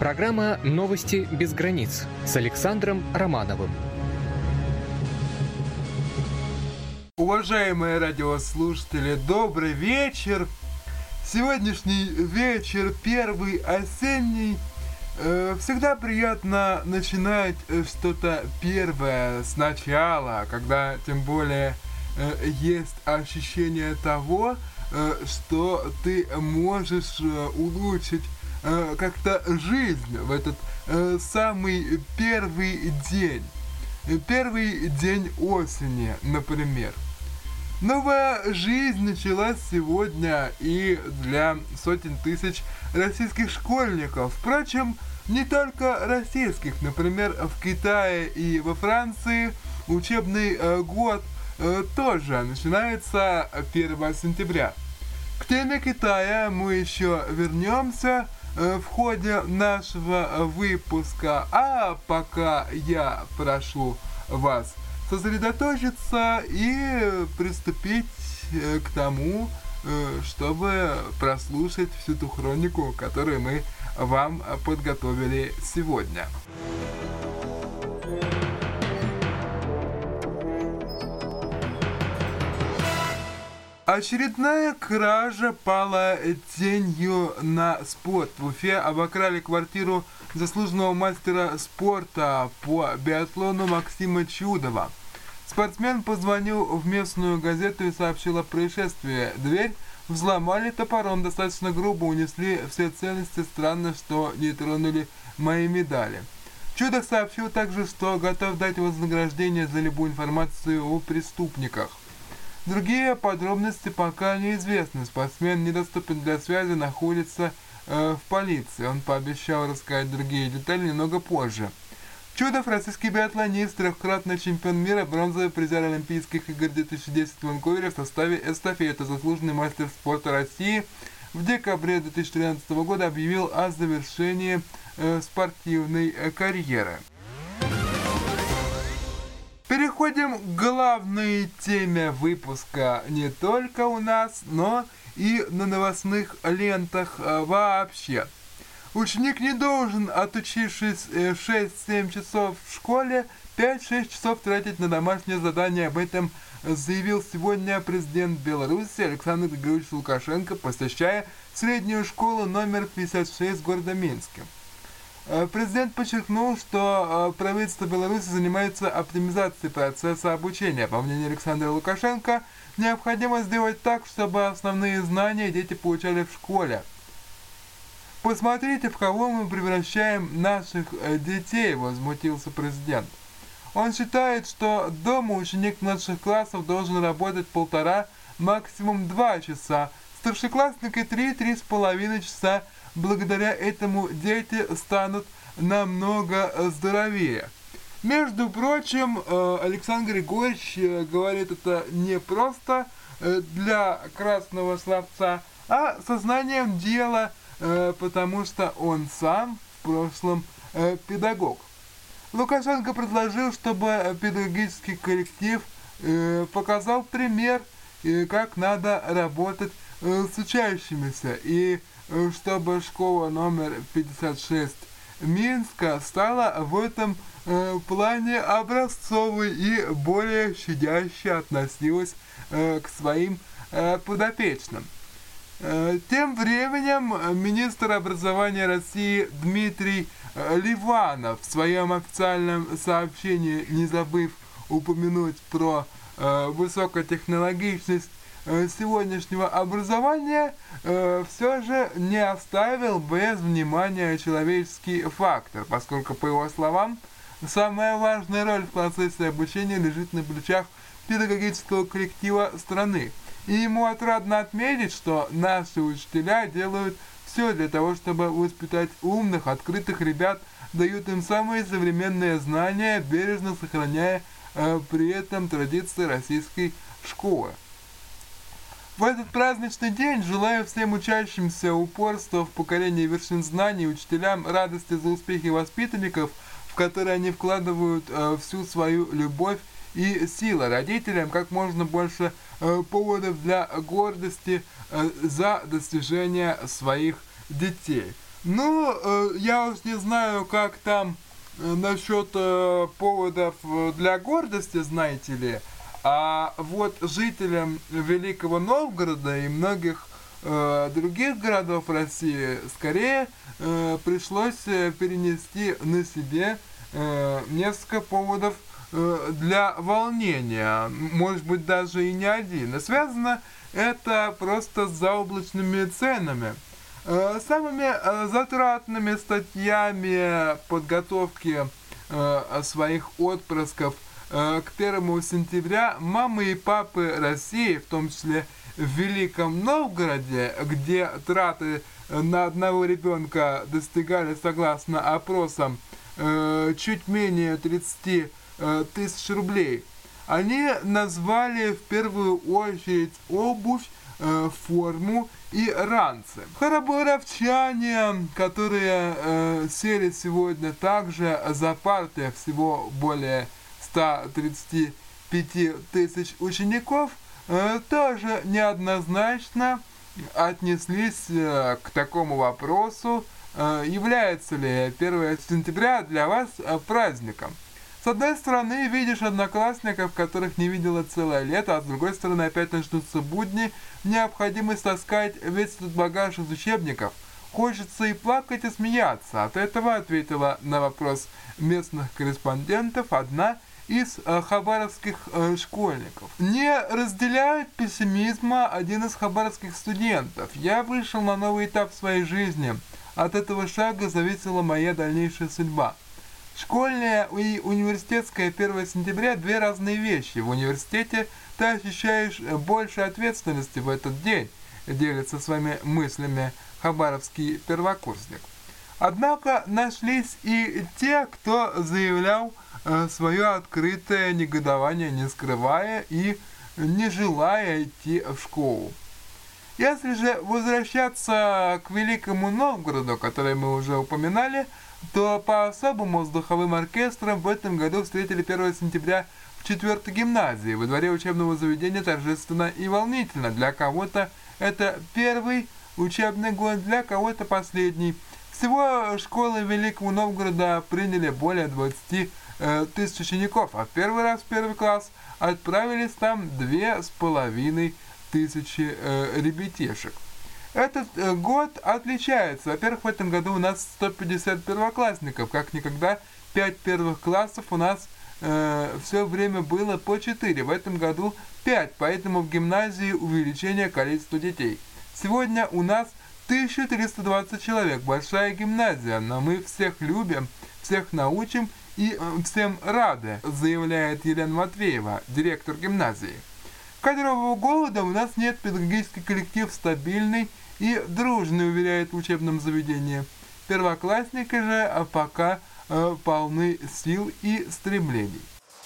Программа «Новости без границ» с Александром Романовым. Уважаемые радиослушатели, добрый вечер! Сегодняшний вечер, первый осенний. Всегда приятно начинать что-то первое сначала, когда тем более есть ощущение того, что ты можешь улучшить как-то жизнь в этот самый первый день осени, например. Новая жизнь началась сегодня и для сотен тысяч российских школьников. Впрочем, не только российских. Например, в Китае и во Франции учебный год тоже начинается 1 сентября. К теме Китая мы еще вернемся в ходе нашего выпуска, а пока я прошу вас сосредоточиться и приступить к тому, чтобы прослушать всю ту хронику, которую мы вам подготовили сегодня. Очередная кража пала тенью на спорт. В Уфе обокрали квартиру заслуженного мастера спорта по биатлону Максима Чудова. Спортсмен позвонил в местную газету и сообщил о происшествии. Дверь взломали топором, достаточно грубо унесли все ценности. Странно, что не тронули мои медали. Чудов сообщил также, что готов дать вознаграждение за любую информацию о преступниках. Другие подробности пока неизвестны. Спортсмен недоступен для связи, находится в полиции. Он пообещал рассказать другие детали немного позже. Чудов – российский биатлонист, трехкратный чемпион мира, бронзовый призер Олимпийских игр 2010 в Ванкувере в составе эстафеты, заслуженный мастер спорта России. В декабре 2013 года объявил о завершении спортивной карьеры. Переходим к главной теме выпуска не только у нас, но и на новостных лентах вообще. Ученик не должен, отучившись 6-7 часов в школе, 5-6 часов тратить на домашнее задание. Об этом заявил сегодня президент Беларуси Александр Григорьевич Лукашенко, посещая среднюю школу номер 56 в городе Минске. Президент подчеркнул, что правительство Беларуси занимается оптимизацией процесса обучения. По мнению Александра Лукашенко, необходимо сделать так, чтобы основные знания дети получали в школе. «Посмотрите, в кого мы превращаем наших детей», – возмутился президент. Он считает, что дома ученик младших классов должен работать 1,5, максимум 2 часа, старшеклассники 3-3,5 часа. Благодаря этому дети станут намного здоровее. Между прочим, Александр Григорьевич говорит это не просто для красного словца, а сознанием дела, потому что он сам в прошлом педагог. Лукашенко предложил, чтобы педагогический коллектив показал пример, как надо работать с учащимися, и чтобы школа номер 56 Минска стала в этом плане образцовой и более щадяще относилась к своим подопечным. Тем временем министр образования России Дмитрий Ливанов в своем официальном сообщении, не забыв упомянуть про высокотехнологичность сегодняшнего образования, все же не оставил без внимания человеческий фактор, поскольку, по его словам, самая важная роль в процессе обучения лежит на плечах педагогического коллектива страны. И ему отрадно отметить, что наши учителя делают все для того, чтобы воспитать умных, открытых ребят, дают им самые современные знания, бережно сохраняя при этом традиции российской школы. В этот праздничный день желаю всем учащимся упорства в покорении вершин знаний, учителям радости за успехи воспитанников, в которые они вкладывают всю свою любовь и силы, родителям как можно больше поводов для гордости за достижения своих детей. Ну, я уж не знаю, как там насчет поводов для гордости, знаете ли, а вот жителям Великого Новгорода и многих других городов России скорее пришлось перенести на себе несколько поводов для волнения, может быть даже и не один. И связано это просто с заоблачными ценами. Самыми затратными статьями подготовки своих отпрысков к 1 сентября мамы и папы России, в том числе в Великом Новгороде, где траты на одного ребенка достигали, согласно опросам, чуть менее 30 тысяч рублей, они назвали в первую очередь обувь, форму и ранцы. Хараборовчане, которые сели сегодня также за парты всего более 135 тысяч учеников, тоже неоднозначно отнеслись к такому вопросу, является ли 1 сентября для вас праздником. С одной стороны, видишь одноклассников, которых не видела целое лето, а с другой стороны, опять начнутся будни, необходимость таскать весь этот багаж из учебников. Хочется и плакать, и смеяться. От этого ответила на вопрос местных корреспондентов одна из хабаровских школьников. Не разделяет пессимизма один из хабаровских студентов. Я вышел на новый этап своей жизни. От этого шага зависела моя дальнейшая судьба. Школьная и университетская 1 сентября – две разные вещи. В университете ты ощущаешь больше ответственности в этот день, делится своими мыслями хабаровский первокурсник. Однако нашлись и те, кто заявлял свое открытое негодование, не скрывая и не желая идти в школу. Если же возвращаться к Великому Новгороду, который мы уже упоминали, то по-особому с духовым оркестром в этом году встретили 1 сентября в 4-й гимназии. Во дворе учебного заведения торжественно и волнительно. Для кого-то это первый учебный год, для кого-то последний. Всего школы Великого Новгорода приняли более 20 тысяч учеников, а в первый раз в 1 класс отправились там 2500 ребятишек. Этот год отличается. Во-первых, в этом году у нас 150 первоклассников. Как никогда, 5 первых классов у нас все время было по 4. В этом году 5, поэтому в гимназии увеличение количества детей. Сегодня у нас 1320 человек. Большая гимназия, но мы всех любим, всех научим и всем рады, заявляет Елена Матвеева, директор гимназии. Кадрового голода у нас нет, педагогический коллектив стабильный и дружный, уверяет в учебном заведении. Первоклассники же пока полны сил и стремлений.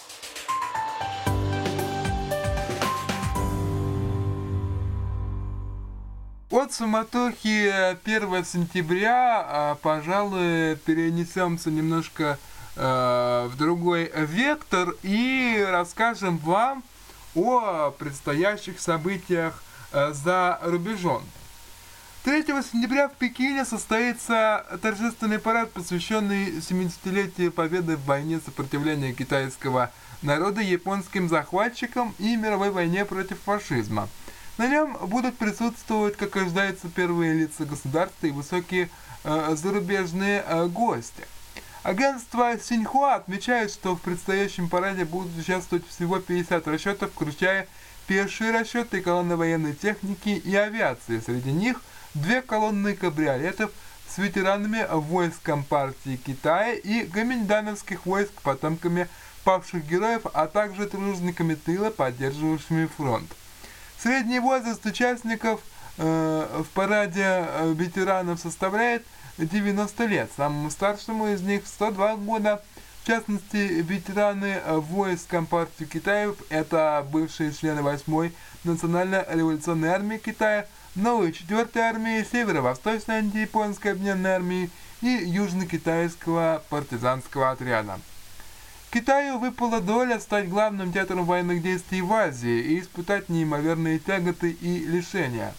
От суматохи 1 сентября, пожалуй, перенесемся немножко в другой вектор и расскажем вам о предстоящих событиях за рубежом. 3 сентября в Пекине состоится торжественный парад, посвященный 70-летию победы в войне сопротивления китайского народа японским захватчикам и мировой войне против фашизма. На нем будут присутствовать, как ожидается, первые лица государства и высокие зарубежные гости. Агентство Синьхуа отмечает, что в предстоящем параде будут участвовать всего 50 расчетов, включая пешие расчеты и колонны военной техники и авиации. Среди них 2 колонны кабриолетов с ветеранами войск Компартии Китая и гоминдановских войск, потомками павших героев, а также тружениками тыла, поддерживающими фронт. Средний возраст участников в параде ветеранов составляет 90 лет, самому старшему из них 102 года. В частности, ветераны войск Компартии Китая – это бывшие члены 8-й национально-революционной армии Китая, новой 4-й армии, Северо-Восточной антияпонской объединенной армии и Южно-Китайского партизанского отряда. Китаю выпала доля стать главным театром военных действий в Азии и испытать неимоверные тяготы и лишения.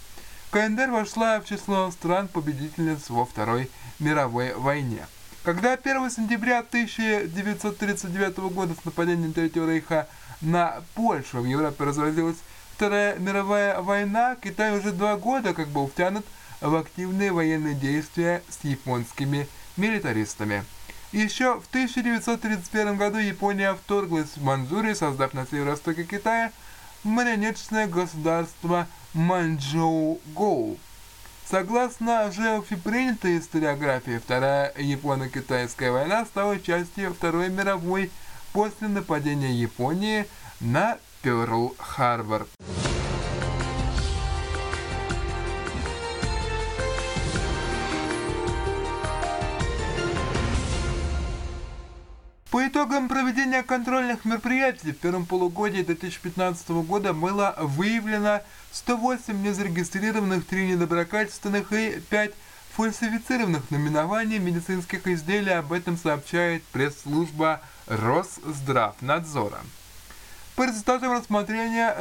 КНДР вошла в число стран-победительниц во Второй мировой войне. Когда 1 сентября 1939 года с нападением Третьего рейха на Польшу в Европе разразилась Вторая мировая война, Китай уже 2 года как был втянут в активные военные действия с японскими милитаристами. Еще в 1931 году Япония вторглась в Манчжурию, создав на северо-востоке Китая марионеточное государство Маньчжоу-Гоу. Согласно уже общепринятой историографии, Вторая Японо-Китайская война стала частью Второй мировой после нападения Японии на Пёрл-Харбор. По итогам проведения контрольных мероприятий в первом полугодии 2015 года было выявлено 108 незарегистрированных, 3 недоброкачественных и 5 фальсифицированных наименований медицинских изделий. Об этом сообщает пресс-служба Росздравнадзора. По результатам рассмотрения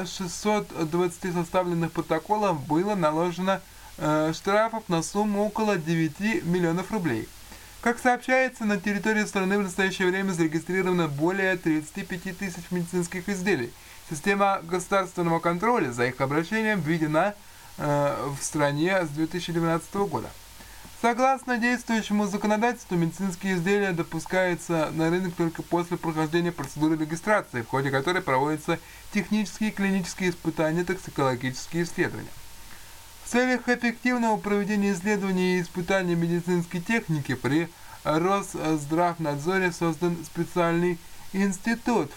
620 составленных протоколов было наложено штрафов на сумму около 9 миллионов рублей. Как сообщается, на территории страны в настоящее время зарегистрировано более 35 тысяч медицинских изделий. Система государственного контроля за их обращением введена в стране с 2012 года. Согласно действующему законодательству, медицинские изделия допускаются на рынок только после прохождения процедуры регистрации, в ходе которой проводятся технические и клинические испытания, токсикологические исследования. В целях эффективного проведения исследований и испытаний медицинской техники при Росздравнадзоре создан специальный институт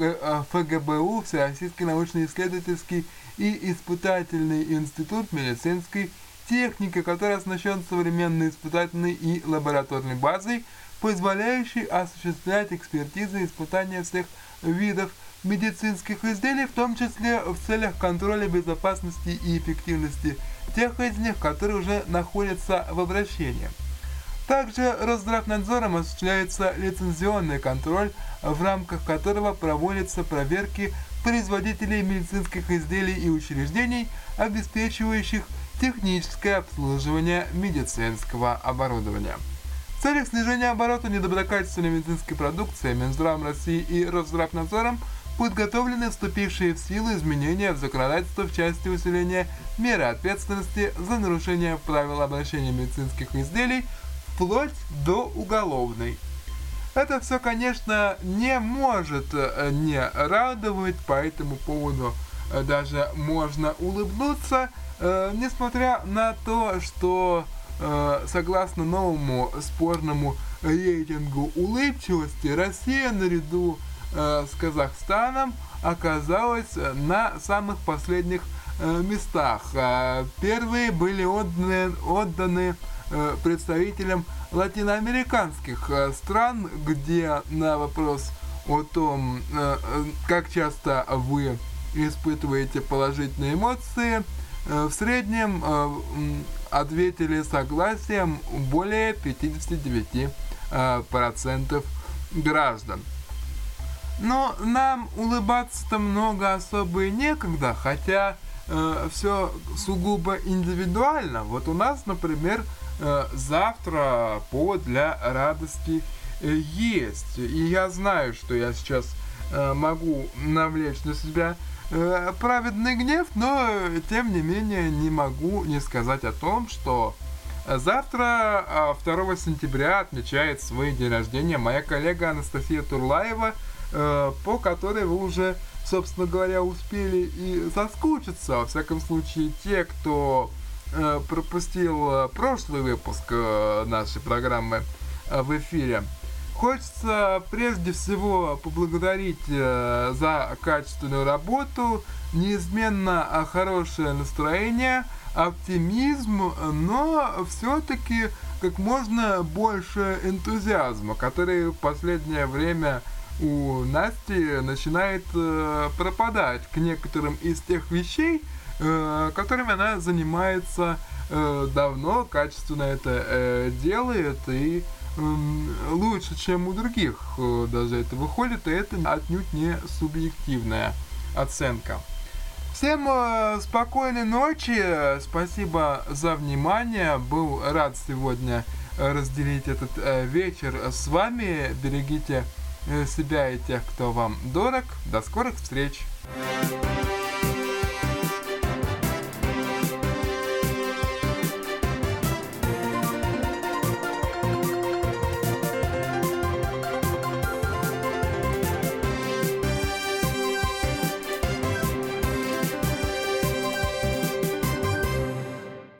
ФГБУ, Всероссийский научно-исследовательский и испытательный институт медицинской техники, который оснащен современной испытательной и лабораторной базой, позволяющей осуществлять экспертизы и испытания всех видов медицинских изделий, в том числе в целях контроля безопасности и эффективности тех из них, которые уже находятся в обращении. Также Росздравнадзором осуществляется лицензионный контроль, в рамках которого проводятся проверки производителей медицинских изделий и учреждений, обеспечивающих техническое обслуживание медицинского оборудования. В целях снижения оборота недоброкачественной медицинской продукции Минздравом России и Росздравнадзором подготовлены вступившие в силу изменения в законодательство в части усиления меры ответственности за нарушение правил обращения медицинских изделий вплоть до уголовной. Это все, конечно, не может не радовать, по этому поводу даже можно улыбнуться, несмотря на то, что согласно новому спорному рейтингу улыбчивости, Россия наряду с Казахстаном оказалась на самых последних местах. Первые были отданы представителям латиноамериканских стран, где на вопрос о том, как часто вы испытываете положительные эмоции, в среднем ответили согласием более 59% граждан. Но нам улыбаться-то много особо и некогда, хотя все сугубо индивидуально. Вот у нас, например, завтра повод для радости есть. И я знаю, что я сейчас могу навлечь на себя праведный гнев, но тем не менее не могу не сказать о том, что завтра, 2 сентября, отмечает свой день рождения моя коллега Анастасия Турлаева, по которой вы уже, собственно говоря, успели и соскучиться. Во всяком случае, те, кто пропустил прошлый выпуск нашей программы в эфире. Хочется прежде всего поблагодарить за качественную работу, неизменно хорошее настроение, оптимизм, но все-таки как можно больше энтузиазма, который в последнее время у Насти начинает пропадать к некоторым из тех вещей, которыми она занимается давно, качественно это делает и лучше, чем у других даже это выходит, и это отнюдь не субъективная оценка. Всем спокойной ночи, спасибо за внимание, был рад сегодня разделить этот вечер с вами, берегите себя и тех, кто вам дорог, до скорых встреч!